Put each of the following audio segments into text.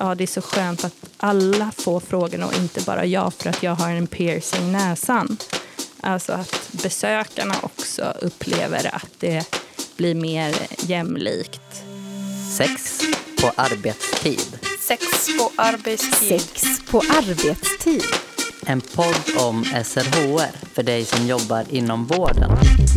ja, det är så skönt att alla får frågorna och inte bara jag för att jag har en piercing i näsan. Alltså att besökarna också upplever att det blir mer jämlikt. Sex på arbetstid. Sex på arbetstid. Sex på arbetstid. En podd om SRHR för dig som jobbar inom vården.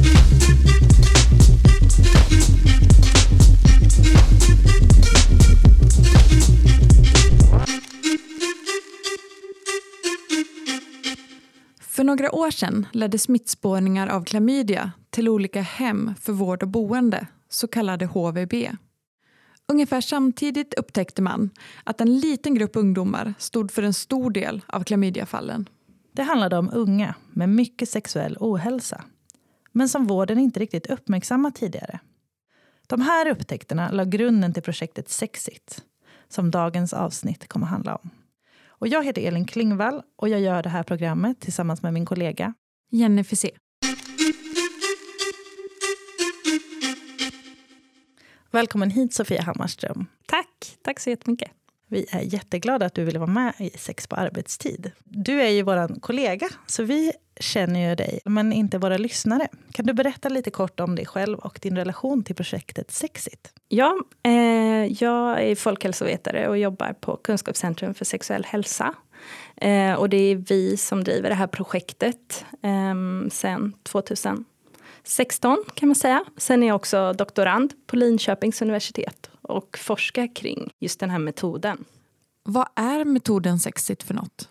För några år sedan ledde smittspårningar av klamydia till olika hem för vård och boende, så kallade HVB. Ungefär samtidigt upptäckte man att en liten grupp ungdomar stod för en stor del av klamydiafallen. Det handlade om unga med mycket sexuell ohälsa, men som vården inte riktigt uppmärksammat tidigare. De här upptäckterna la grunden till projektet Sexit, som dagens avsnitt kommer att handla om. Och jag heter Elin Klingvall och jag gör det här programmet tillsammans med min kollega Jenny Fissé. Välkommen hit Sofia Hammarström. Tack så jättemycket. Vi är jätteglada att du ville vara med i Sex på arbetstid. Du är ju våran kollega så vi känner ju dig, men inte våra lyssnare. Kan du berätta lite kort om dig själv och din relation till projektet Sexit? Ja, jag är folkhälsovetare och jobbar på Kunskapscentrum för sexuell hälsa. Och det är vi som driver det här projektet sedan 2016 kan man säga. Sen är jag också doktorand på Linköpings universitet och forskar kring just den här metoden. Vad är metoden Sexit för något?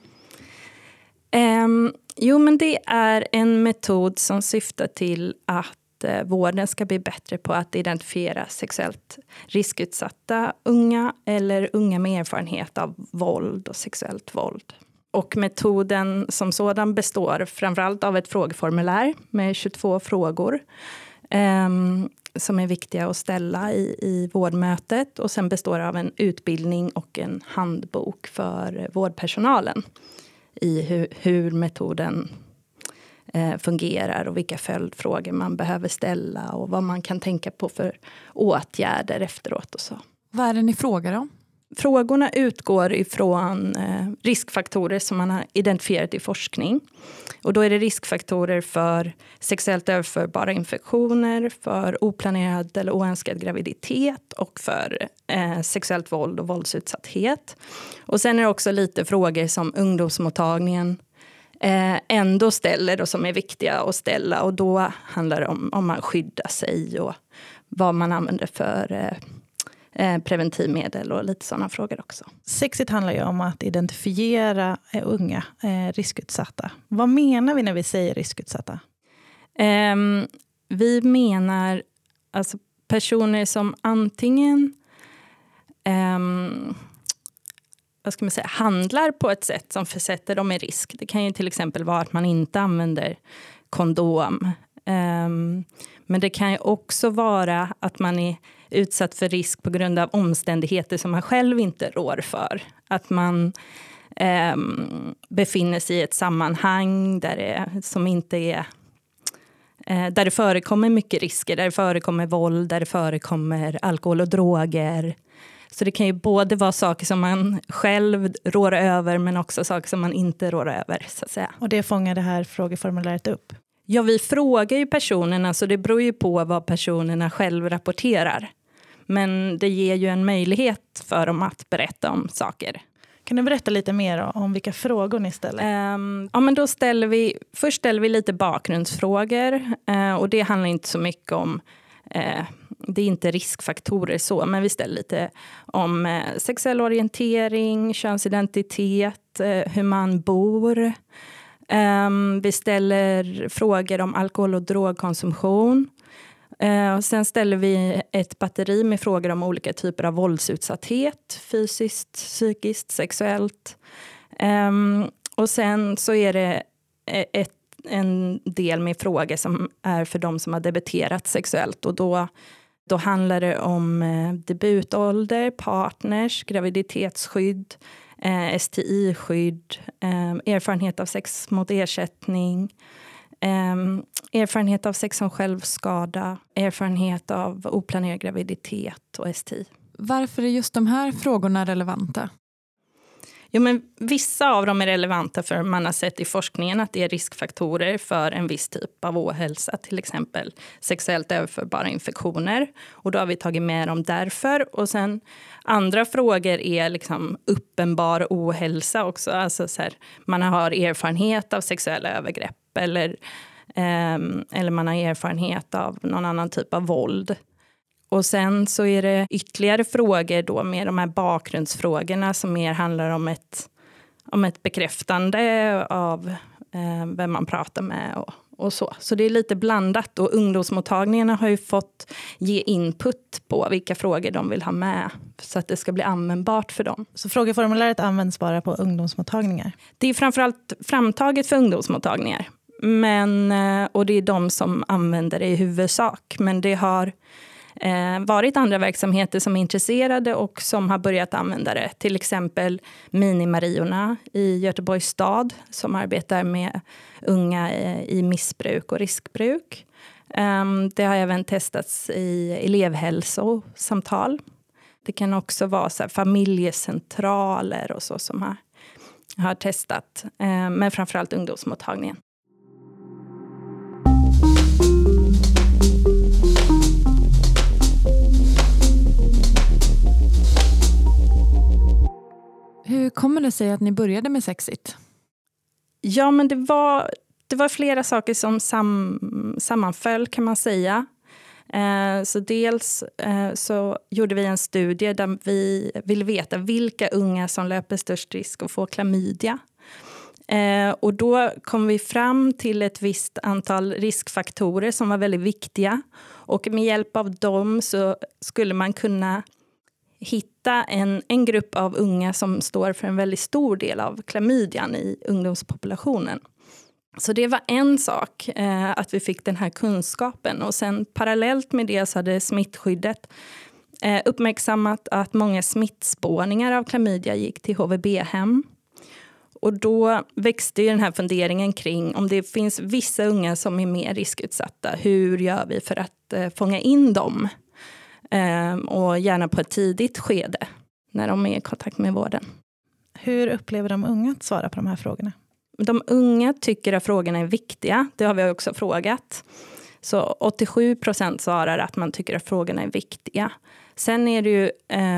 Jo, men det är en metod som syftar till att vården ska bli bättre på att identifiera sexuellt riskutsatta unga eller unga med erfarenhet av våld och sexuellt våld. Och metoden som sådan består framförallt av ett frågeformulär med 22 frågor som är viktiga att ställa i vårdmötet. Och sen består det av en utbildning och en handbok för vårdpersonalen i hur metoden fungerar och vilka följdfrågor man behöver ställa och vad man kan tänka på för åtgärder efteråt och så. Vad är det ni frågar om? Frågorna utgår ifrån riskfaktorer som man har identifierat i forskning. Och då är det riskfaktorer för sexuellt överförbara infektioner, för oplanerad eller oönskad graviditet och för sexuellt våld och våldsutsatthet. Och sen är det också lite frågor som ungdomsmottagningen ändå ställer och som är viktiga att ställa. Och då handlar det om man skyddar sig och vad man använder för preventivmedel och lite sådana frågor också. Sexit handlar ju om att identifiera unga riskutsatta. Vad menar vi när vi säger riskutsatta? Vi menar alltså personer som antingen handlar på ett sätt som försätter dem i risk. Det kan ju till exempel vara att man inte använder kondom. Men det kan ju också vara att man är utsatt för risk på grund av omständigheter som man själv inte rår för. Att man befinner sig i ett sammanhang där det förekommer mycket risker. Där det förekommer våld, där det förekommer alkohol och droger. Så det kan ju både vara saker som man själv rår över men också saker som man inte rår över, så att säga. Och det fångar det här frågeformuläret upp? Ja, vi frågar ju personerna så det beror ju på vad personerna själv rapporterar. Men det ger ju en möjlighet för dem att berätta om saker. Kan du berätta lite mer om vilka frågor ni ställer? Ja, men då först ställer vi lite bakgrundsfrågor. Och det handlar inte så mycket om, det är inte riskfaktorer så. Men vi ställer lite om sexuell orientering, könsidentitet, hur man bor. Vi ställer frågor om alkohol- och drogkonsumtion. Och sen ställer vi ett batteri med frågor om olika typer av våldsutsatthet. Fysiskt, psykiskt, sexuellt. Och sen så är det en del med frågor som är för de som har debuterat sexuellt. Och då handlar det om debutålder, partners, graviditetsskydd, STI-skydd, erfarenhet av sex mot ersättning, erfarenhet av sex som självskada, erfarenhet av oplanerad graviditet och STI. Varför är just de här frågorna relevanta? Jo, men vissa av dem är relevanta för man har sett i forskningen att det är riskfaktorer för en viss typ av ohälsa. Till exempel sexuellt överförbara infektioner. Och då har vi tagit med dem därför. Och sen andra frågor är liksom uppenbar ohälsa också. Alltså så här, man har erfarenhet av sexuella övergrepp eller man har erfarenhet av någon annan typ av våld. Och sen så är det ytterligare frågor då med de här bakgrundsfrågorna som mer handlar om ett bekräftande av vem man pratar med och så. Så det är lite blandat och ungdomsmottagningarna har ju fått ge input på vilka frågor de vill ha med så att det ska bli användbart för dem. Så frågeformuläret används bara på ungdomsmottagningar? Det är framförallt framtaget för ungdomsmottagningar. Och det är de som använder det i huvudsak. Men det har varit andra verksamheter som är intresserade och som har börjat använda det. Till exempel Mini-Mariorna i Göteborgs stad som arbetar med unga i missbruk och riskbruk. Det har även testats i elevhälsosamtal. Det kan också vara så här familjecentraler och så som har testat. Men framförallt ungdomsmottagningen. Hur kommer det sig att ni började med Sexit? Ja, men det var flera saker som sammanföll kan man säga. Så dels så gjorde vi en studie där vi ville veta vilka unga som löper störst risk att få klamydia. Och då kom vi fram till ett visst antal riskfaktorer som var väldigt viktiga. Och med hjälp av dem så skulle man kunna hitta en grupp av unga som står för en väldigt stor del av klamydian i ungdomspopulationen. Så det var en sak, att vi fick den här kunskapen. Och sen parallellt med det så hade smittskyddet uppmärksammat att många smittspårningar av klamydia gick till HVB-hem. Och då växte ju den här funderingen kring om det finns vissa unga som är mer riskutsatta. Hur gör vi för att fånga in dem? Och gärna på ett tidigt skede när de är i kontakt med vården. Hur upplever de unga att svara på de här frågorna? De unga tycker att frågorna är viktiga. Det har vi också frågat. Så 87% svarar att man tycker att frågorna är viktiga. Sen är det ju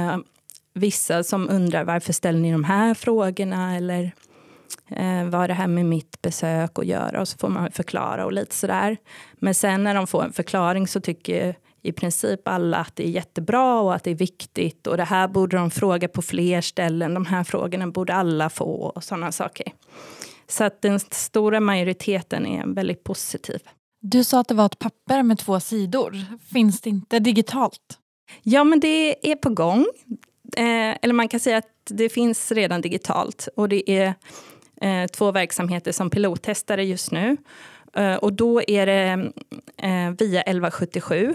vissa som undrar varför ställer ni de här frågorna? Eller vad är det här med mitt besök att göra? Och så får man förklara och lite sådär. Men sen när de får en förklaring så tycker i princip alla att det är jättebra och att det är viktigt. Och det här borde de fråga på fler ställen. De här frågorna borde alla få och sådana saker. Så att den stora majoriteten är väldigt positiv. Du sa att det var ett papper med 2 sidor. Finns det inte digitalt? Ja, men det är på gång. Eller man kan säga att det finns redan digitalt. Och det är 2 verksamheter som pilottestar just nu. Och då är det via 1177.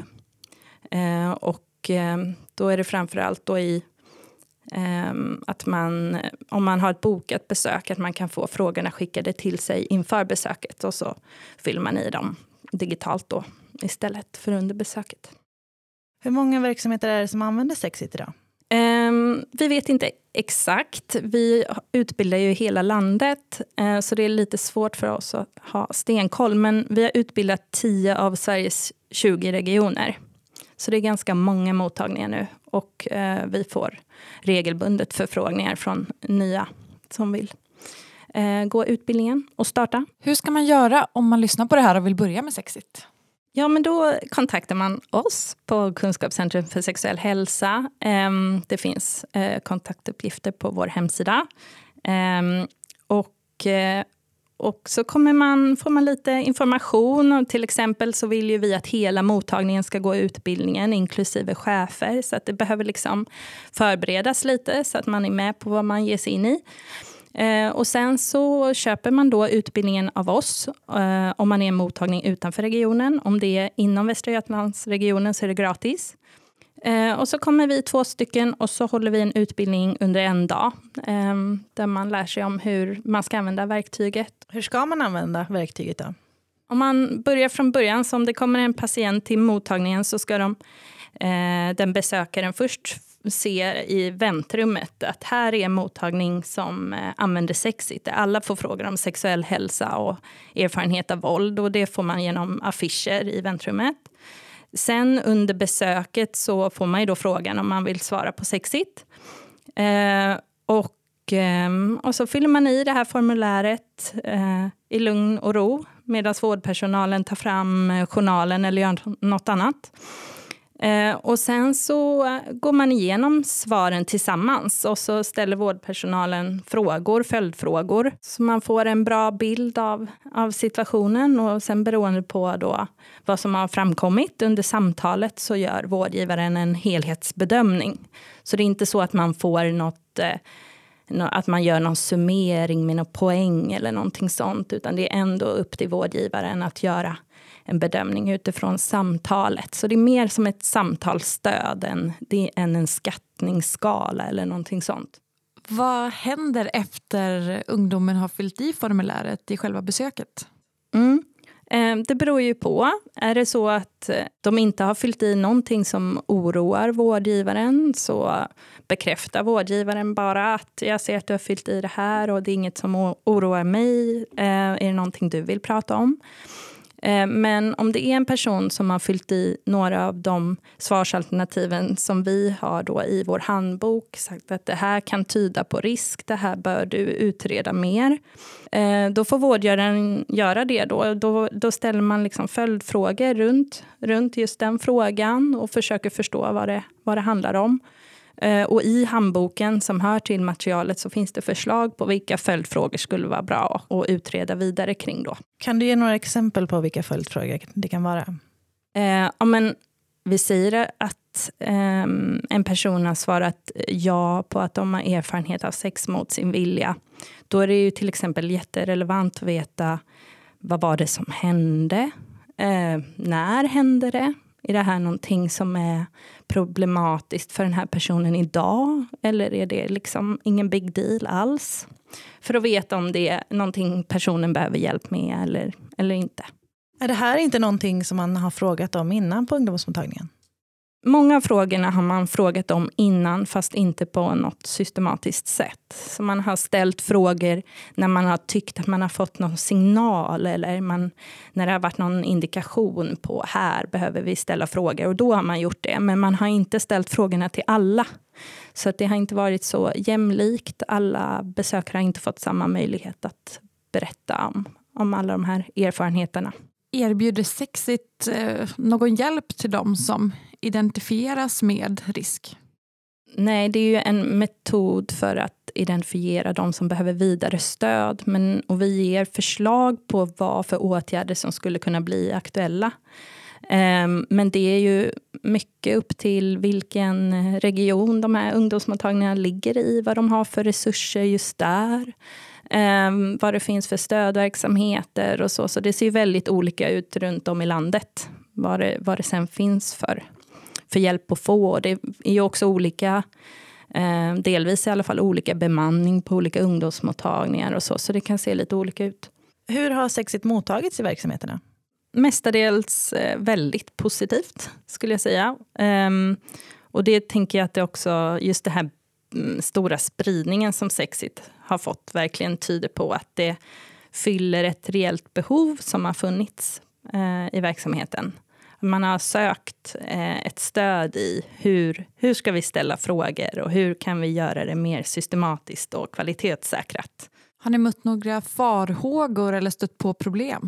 Och då är det framförallt då i att man, om man har ett bokat besök, att man kan få frågorna skickade till sig inför besöket och så fyller man i dem digitalt då istället för under besöket. Hur många verksamheter är det som använder Sexit idag? Vi vet inte exakt. Vi utbildar ju hela landet så det är lite svårt för oss att ha stenkoll. Men vi har utbildat 10 av Sveriges 20 regioner. Så det är ganska många mottagningar nu. Och vi får regelbundet förfrågningar från nya som vill gå utbildningen och starta. Hur ska man göra om man lyssnar på det här och vill börja med Sexit? Ja, men då kontaktar man oss på Kunskapscentrum för sexuell hälsa. Det finns kontaktuppgifter på vår hemsida. Och så får man lite information. Och till exempel så vill ju vi att hela mottagningen ska gå utbildningen, inklusive chefer. Så att det behöver liksom förberedas lite så att man är med på vad man ger sig in i. Och sen så köper man då utbildningen av oss om man är en mottagning utanför regionen. Om det är inom Västra Götalandsregionen så är det gratis. Och så kommer vi 2 stycken och så håller vi en utbildning under en dag. Där man lär sig om hur man ska använda verktyget. Hur ska man använda verktyget då? Om man börjar från början, så om det kommer en patient till mottagningen så ska den besökaren först ser i väntrummet att här är en mottagning som använder Sexit. Alla får frågor om sexuell hälsa och erfarenhet av våld, och det får man genom affischer i väntrummet. Sen under besöket så får man ju då frågan om man vill svara på Sexit. Och så fyller man i det här formuläret i lugn och ro medan vårdpersonalen tar fram journalen eller gör något annat. Och sen så går man igenom svaren tillsammans och så ställer vårdpersonalen följdfrågor. Så man får en bra bild av situationen, och sen beroende på då vad som har framkommit under samtalet så gör vårdgivaren en helhetsbedömning. Så det är inte så att man får att man gör någon summering med någon poäng eller någonting sånt, utan det är ändå upp till vårdgivaren att göra en bedömning utifrån samtalet. Så det är mer som ett samtalsstöd än en skattningsskala eller någonting sånt. Vad händer efter ungdomen har fyllt i formuläret i själva besöket? Det beror ju på. Är det så att de inte har fyllt i någonting som oroar vårdgivaren, så bekräftar vårdgivaren bara att jag ser att du har fyllt i det här och det är inget som oroar mig. Är det någonting du vill prata om? Men om det är en person som har fyllt i några av de svarsalternativen som vi har då i vår handbok, sagt att det här kan tyda på risk, det här bör du utreda mer. Då får vårdgivaren göra det då ställer man liksom följdfrågor runt just den frågan och försöker förstå vad det handlar om. Och i handboken som hör till materialet så finns det förslag på vilka följdfrågor skulle vara bra att utreda vidare kring då. Kan du ge några exempel på vilka följdfrågor det kan vara? Men vi säger att en person har svarat ja på att de har erfarenhet av sex mot sin vilja. Då är det ju till exempel jätterelevant att veta vad var det som hände? När hände det? Är det här någonting som är problematiskt för den här personen idag? Eller är det liksom ingen big deal alls? För att veta om det är någonting personen behöver hjälp med eller inte. Är det här inte någonting som man har frågat om innan på ungdomsmottagningen? Många av frågorna har man frågat om innan, fast inte på något systematiskt sätt. Så man har ställt frågor när man har tyckt att man har fått någon signal eller när det har varit någon indikation på här behöver vi ställa frågor. Och då har man gjort det, men man har inte ställt frågorna till alla. Så att det har inte varit så jämlikt. Alla besökare har inte fått samma möjlighet att berätta om alla de här erfarenheterna. Erbjuder Sexit någon hjälp till dem som identifieras med risk? Nej, det är ju en metod för att identifiera de som behöver vidare stöd. Och vi ger förslag på vad för åtgärder som skulle kunna bli aktuella. Men det är ju mycket upp till vilken region de här ungdomsmottagningarna ligger i. Vad de har för resurser just där. Vad det finns för stödverksamheter och så. Så det ser väldigt olika ut runt om i landet. Vad det sen finns för hjälp att få. Det är ju också olika, delvis i alla fall olika bemanning på olika ungdomsmottagningar och så. Så det kan se lite olika ut. Hur har Sexit mottagits i verksamheterna? Mestadels väldigt positivt skulle jag säga. Och det tänker jag att det också, just det här stora spridningen som Sexit har fått verkligen tyder på att det fyller ett reellt behov som har funnits i verksamheten. Man har sökt ett stöd i hur ska vi ställa frågor och hur kan vi göra det mer systematiskt och kvalitetssäkrat. Har ni mött några farhågor eller stött på problem?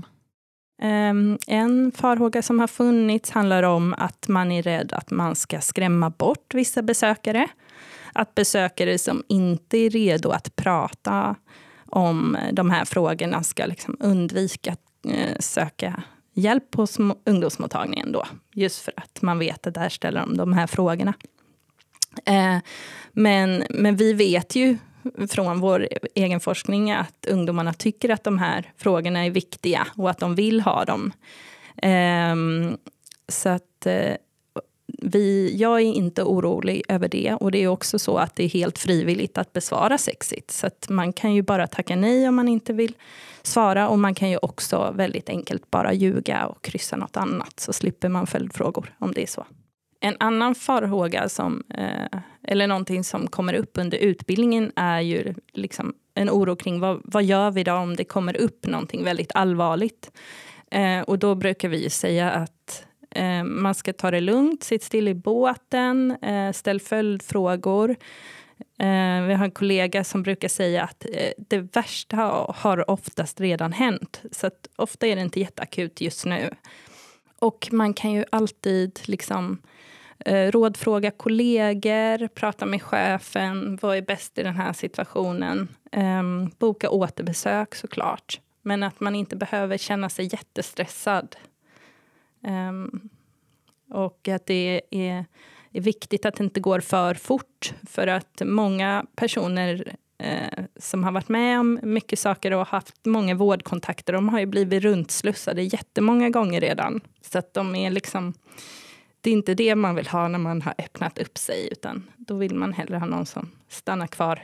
En farhåga som har funnits handlar om att man är rädd att man ska skrämma bort vissa besökare. Att besökare som inte är redo att prata om de här frågorna ska liksom undvika att söka hjälp hos ungdomsmottagningen då. Just för att man vet att där ställer de här frågorna. Men vi vet ju från vår egen forskning att ungdomarna tycker att de här frågorna är viktiga och att de vill ha dem. Så att jag är inte orolig över det, och det är också så att det är helt frivilligt att besvara Sexit. Så att man kan ju bara tacka nej om man inte vill svara, och man kan ju också väldigt enkelt bara ljuga och kryssa något annat, så slipper man följdfrågor om det är så. En annan farhåga eller någonting som kommer upp under utbildningen är ju liksom en oro kring vad gör vi då om det kommer upp någonting väldigt allvarligt. Och då brukar vi säga att man ska ta det lugnt, sitt still i båten, ställ följdfrågor. Vi har en kollega som brukar säga att det värsta har oftast redan hänt. Så att ofta är det inte jätteakut just nu. Och man kan ju alltid liksom rådfråga kollegor, prata med chefen, vad är bäst i den här situationen. Boka återbesök såklart. Men att man inte behöver känna sig jättestressad. Och att det är viktigt att det inte går för fort. För att många personer som har varit med om mycket saker och haft många vårdkontakter, de har ju blivit runtslussade jättemånga gånger redan. Så att de är liksom, det är inte det man vill ha när man har öppnat upp sig, utan då vill man hellre ha någon som stannar kvar.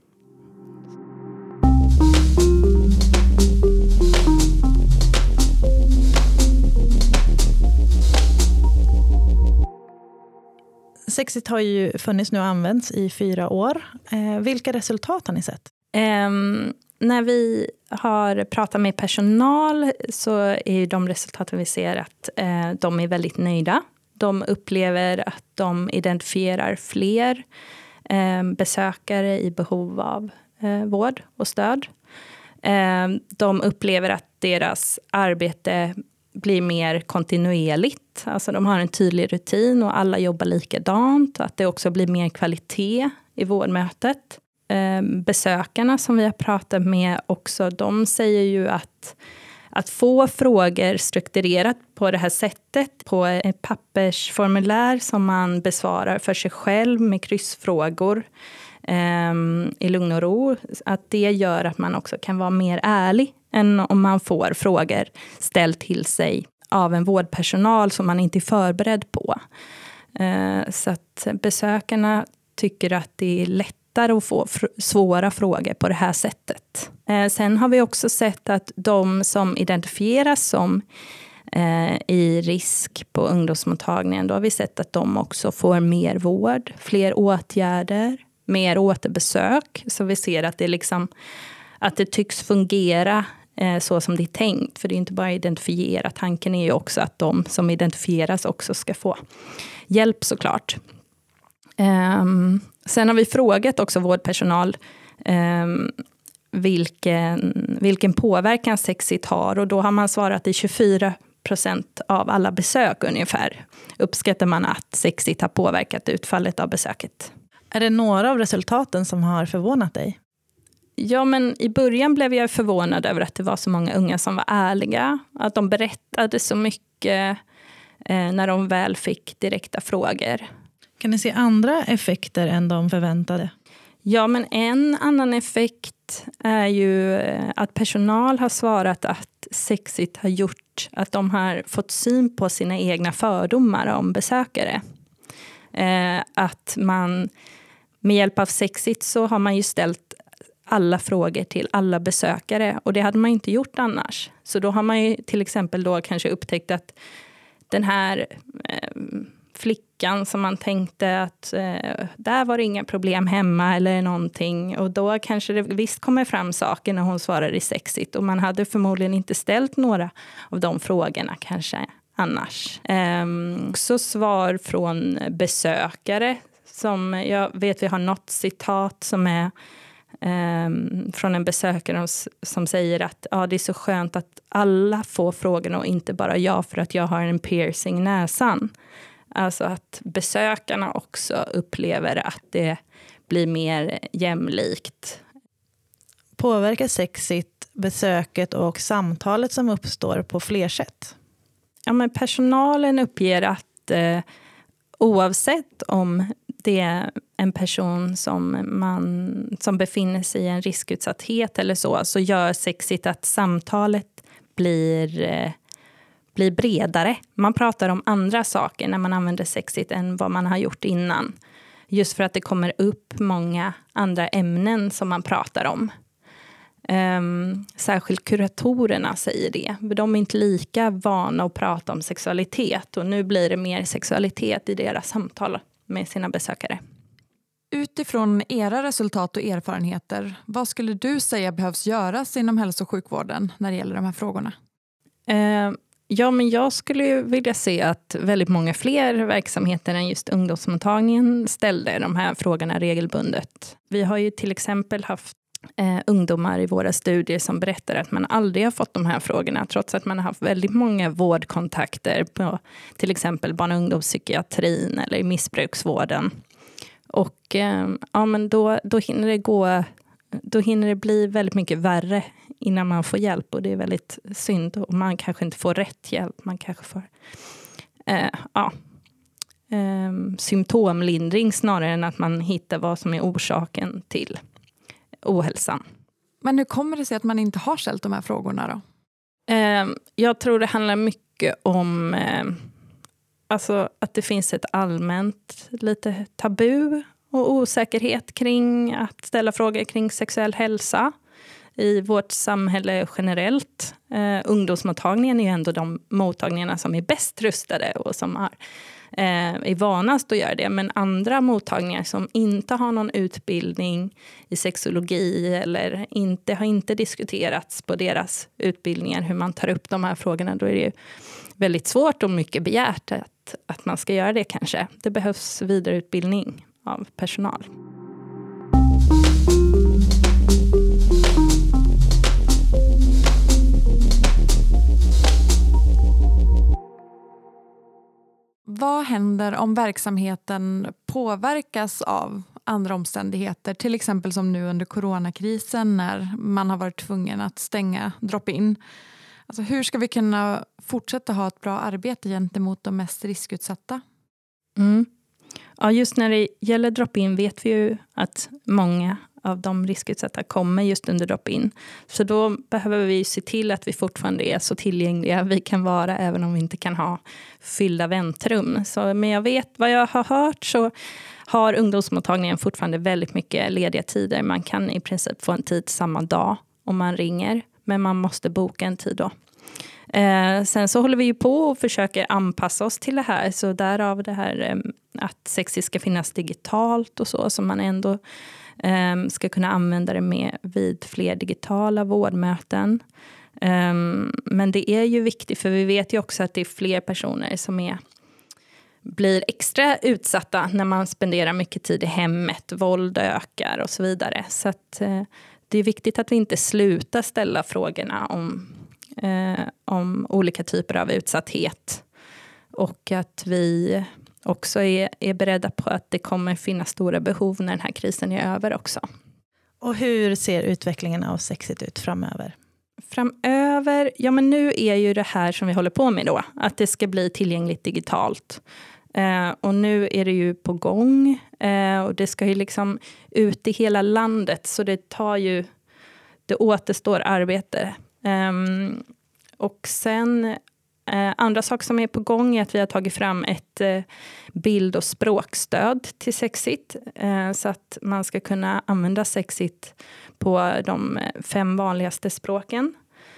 Sexit har ju funnits nu och använts i 4 år. Vilka resultat har ni sett? När vi har pratat med personal så är de resultaten vi ser att de är väldigt nöjda. De upplever att de identifierar fler besökare i behov av vård och stöd. De upplever att deras arbete blir mer kontinuerligt. Alltså de har en tydlig rutin och alla jobbar likadant. Att det också blir mer kvalitet i vårdmötet. Besökarna som vi har pratat med också, de säger ju att få frågor strukturerat på det här sättet, på ett pappersformulär som man besvarar för sig själv med kryssfrågor i lugn och ro, att det gör att man också kan vara mer ärlig än om man får frågor ställt till sig av en vårdpersonal som man inte är förberedd på. Så att besökarna tycker att det är lättare att få svåra frågor på det här sättet. Sen har vi också sett att de som identifieras som i risk på ungdomsmottagningen, då har vi sett att de också får mer vård, fler åtgärder, mer återbesök. Så vi ser att det liksom, att det tycks fungera så som det är tänkt. För det är inte bara identifiera. Tanken är ju också att de som identifieras också ska få hjälp såklart. Sen har vi frågat också vårdpersonal vilken påverkan Sexit har. Och då har man svarat i 24% av alla besök ungefär. Uppskattar man att Sexit har påverkat utfallet av besöket. Är det några av resultaten som har förvånat dig? Ja, men i början blev jag förvånad över att det var så många unga som var ärliga. Att de berättade så mycket när de väl fick direkta frågor. Kan ni se andra effekter än de förväntade? Ja, men en annan effekt är ju att personal har svarat att Sexit har gjort att de har fått syn på sina egna fördomar om besökare. Att man med hjälp av Sexit så har man ju ställt alla frågor till alla besökare, och det hade man inte gjort annars. Så då har man ju till exempel då kanske upptäckt att den här flickan som man tänkte att där var det inga problem hemma eller någonting, och då kanske det visst kommer fram saker när hon svarar i Sexit, och man hade förmodligen inte ställt några av de frågorna kanske annars. Så svar från besökare, som jag vet vi har något citat som är från en besökare som säger att det är så skönt att alla får frågorna och inte bara jag, för att jag har en piercing i näsan. Alltså att besökarna också upplever att det blir mer jämlikt. Påverkar Sexit besöket och samtalet som uppstår på fler sätt? Ja, men personalen uppger att oavsett om det är en person som befinner sig i en riskutsatthet eller så gör Sexit att samtalet blir bredare. Man pratar om andra saker när man använder Sexit än vad man har gjort innan. Just för att det kommer upp många andra ämnen som man pratar om. Särskilt kuratorerna säger det. De är inte lika vana att prata om sexualitet. Och nu blir det mer sexualitet i deras samtal med sina besökare. Utifrån era resultat och erfarenheter, vad skulle du säga behövs göras inom hälso- och sjukvården när det gäller de här frågorna? Ja, men jag skulle ju vilja se att väldigt många fler verksamheter än just ungdomsmottagningen ställde de här frågorna regelbundet. Vi har ju till exempel haft ungdomar i våra studier som berättar att man aldrig har fått de här frågorna trots att man har haft väldigt många vårdkontakter på till exempel barn- och ungdomspsykiatrin eller i missbruksvården. Och men då hinner det bli väldigt mycket värre innan man får hjälp, och det är väldigt synd, och man kanske inte får rätt hjälp, man kanske får symptomlindring snarare än att man hittar vad som är orsaken till ohälsan. Men hur kommer det sig att man inte har ställt de här frågorna då? Jag tror det handlar mycket om att det finns ett allmänt lite tabu och osäkerhet kring att ställa frågor kring sexuell hälsa i vårt samhälle generellt. Ungdomsmottagningen är ju ändå de mottagningarna som är bäst rustade och som är vanast att göra det. Men andra mottagningar som inte har någon utbildning i sexologi eller har inte diskuterats på deras utbildningar hur man tar upp de här frågorna, då är det ju väldigt svårt och mycket begärt att man ska göra det kanske. Det behövs vidareutbildning av personal. Vad händer om verksamheten påverkas av andra omständigheter? Till exempel som nu under coronakrisen när man har varit tvungen att stänga drop-in. Alltså hur ska vi kunna fortsätta ha ett bra arbete gentemot de mest riskutsatta? Ja, just när det gäller drop-in vet vi ju att många av de riskutsatta kommer just under drop-in. Så då behöver vi se till att vi fortfarande är så tillgängliga vi kan vara även om vi inte kan ha fyllda väntrum. Men jag vet vad jag har hört så har ungdomsmottagningen fortfarande väldigt mycket lediga tider. Man kan i princip få en tid samma dag om man ringer, men man måste boka en tid då. Sen så håller vi ju på och försöker anpassa oss till det här. Så därav det här att Sexit ska finnas digitalt och så man ändå ska kunna använda det med vid fler digitala vårdmöten. Men det är ju viktigt för vi vet ju också att det är fler personer som blir extra utsatta när man spenderar mycket tid i hemmet. Våld ökar och så vidare. Så att det är viktigt att vi inte slutar ställa frågorna om olika typer av utsatthet. Och att vi också är beredda på att det kommer finnas stora behov när den här krisen är över också. Och hur ser utvecklingen av Sexit ut framöver? Framöver, ja men nu är ju det här som vi håller på med då. Att det ska bli tillgängligt digitalt. Och nu är det ju på gång. Och det ska ju liksom ut i hela landet. Så det återstår arbete. Och sen andra saker som är på gång är att vi har tagit fram ett bild- och språkstöd till Sexit. Så att man ska kunna använda Sexit på de 5 vanligaste språken.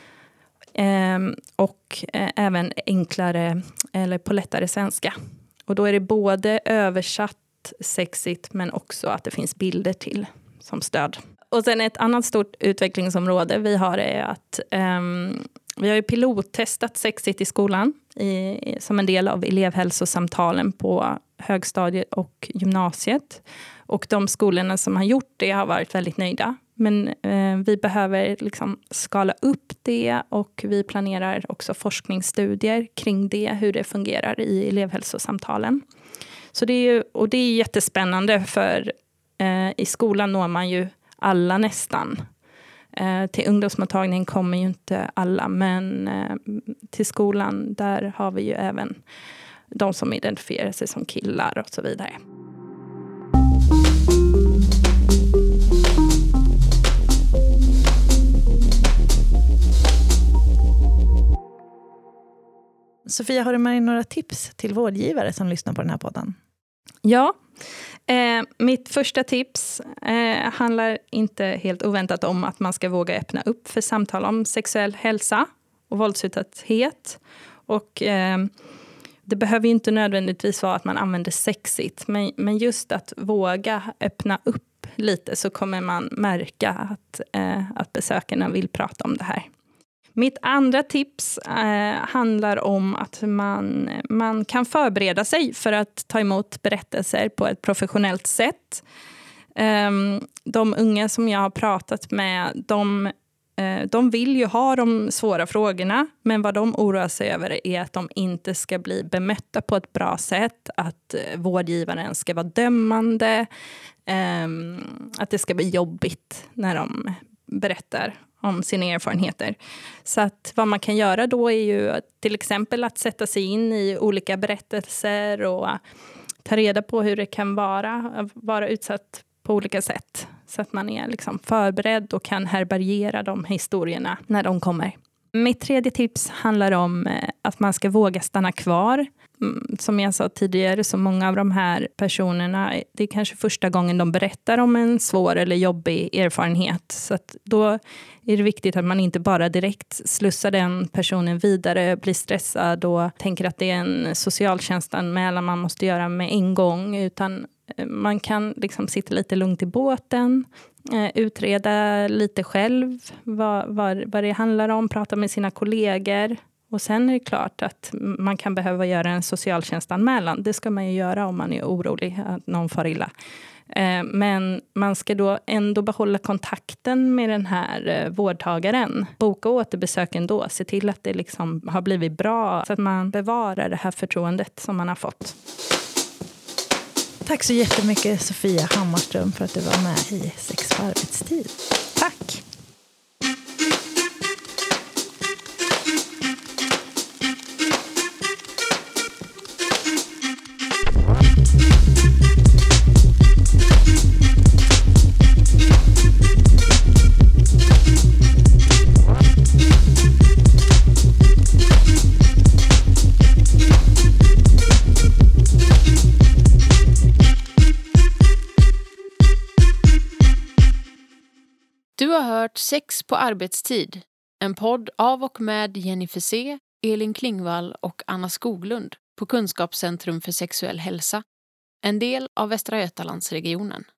Och även enklare eller på lättare svenska. Och då är det både översatt Sexit men också att det finns bilder till som stöd. Och sen ett annat stort utvecklingsområde vi har är att vi har ju pilottestat Sexit i skolan som en del av elevhälsosamtalen på högstadiet och gymnasiet. Och de skolorna som har gjort det har varit väldigt nöjda. Men vi behöver liksom skala upp det och vi planerar också forskningsstudier kring det, hur det fungerar i elevhälsosamtalen. Så det är jättespännande för i skolan når man ju alla nästan. Till ungdomsmottagningen kommer ju inte alla, men till skolan där har vi ju även de som identifierar sig som killar och så vidare. Sofia, har du med dig några tips till vårdgivare som lyssnar på den här podden? Ja, Mitt första tips handlar inte helt oväntat om att man ska våga öppna upp för samtal om sexuell hälsa och våldsutsatthet. Och det behöver ju inte nödvändigtvis vara att man använder sexigt, men just att våga öppna upp lite, så kommer man märka att besökarna vill prata om det här. Mitt andra tips handlar om att man kan förbereda sig för att ta emot berättelser på ett professionellt sätt. De unga som jag har pratat med, de vill ju ha de svåra frågorna, men vad de oroar sig över är att de inte ska bli bemötta på ett bra sätt, att vårdgivaren ska vara dömande, att det ska bli jobbigt när de berättar om sina erfarenheter. Så att vad man kan göra då är ju till exempel att sätta sig in i olika berättelser och ta reda på hur det kan vara utsatt på olika sätt. Så att man är liksom förberedd och kan härbärgera de historierna när de kommer. Mitt tredje tips handlar om att man ska våga stanna kvar. Som jag sa tidigare, så många av de här personerna, det är kanske första gången de berättar om en svår eller jobbig erfarenhet. Så att då är det viktigt att man inte bara direkt slussar den personen vidare, blir stressad och tänker att det är en socialtjänstanmälan man måste göra med en gång. Utan man kan liksom sitta lite lugnt i båten, utreda lite själv vad det handlar om, prata med sina kollegor. Och sen är det klart att man kan behöva göra en socialtjänstanmälan. Det ska man ju göra om man är orolig att någon far illa. Men man ska då ändå behålla kontakten med den här vårdtagaren. Boka återbesök ändå. Se till att det liksom har blivit bra. Så att man bevarar det här förtroendet som man har fått. Tack så jättemycket Sofia Hammarström för att du var med i Sex på arbetstid. Tack! Du har hört Sex på arbetstid, en podd av och med Jenny Fessé, Elin Klingvall och Anna Skoglund på Kunskapscentrum för sexuell hälsa, en del av Västra Götalandsregionen.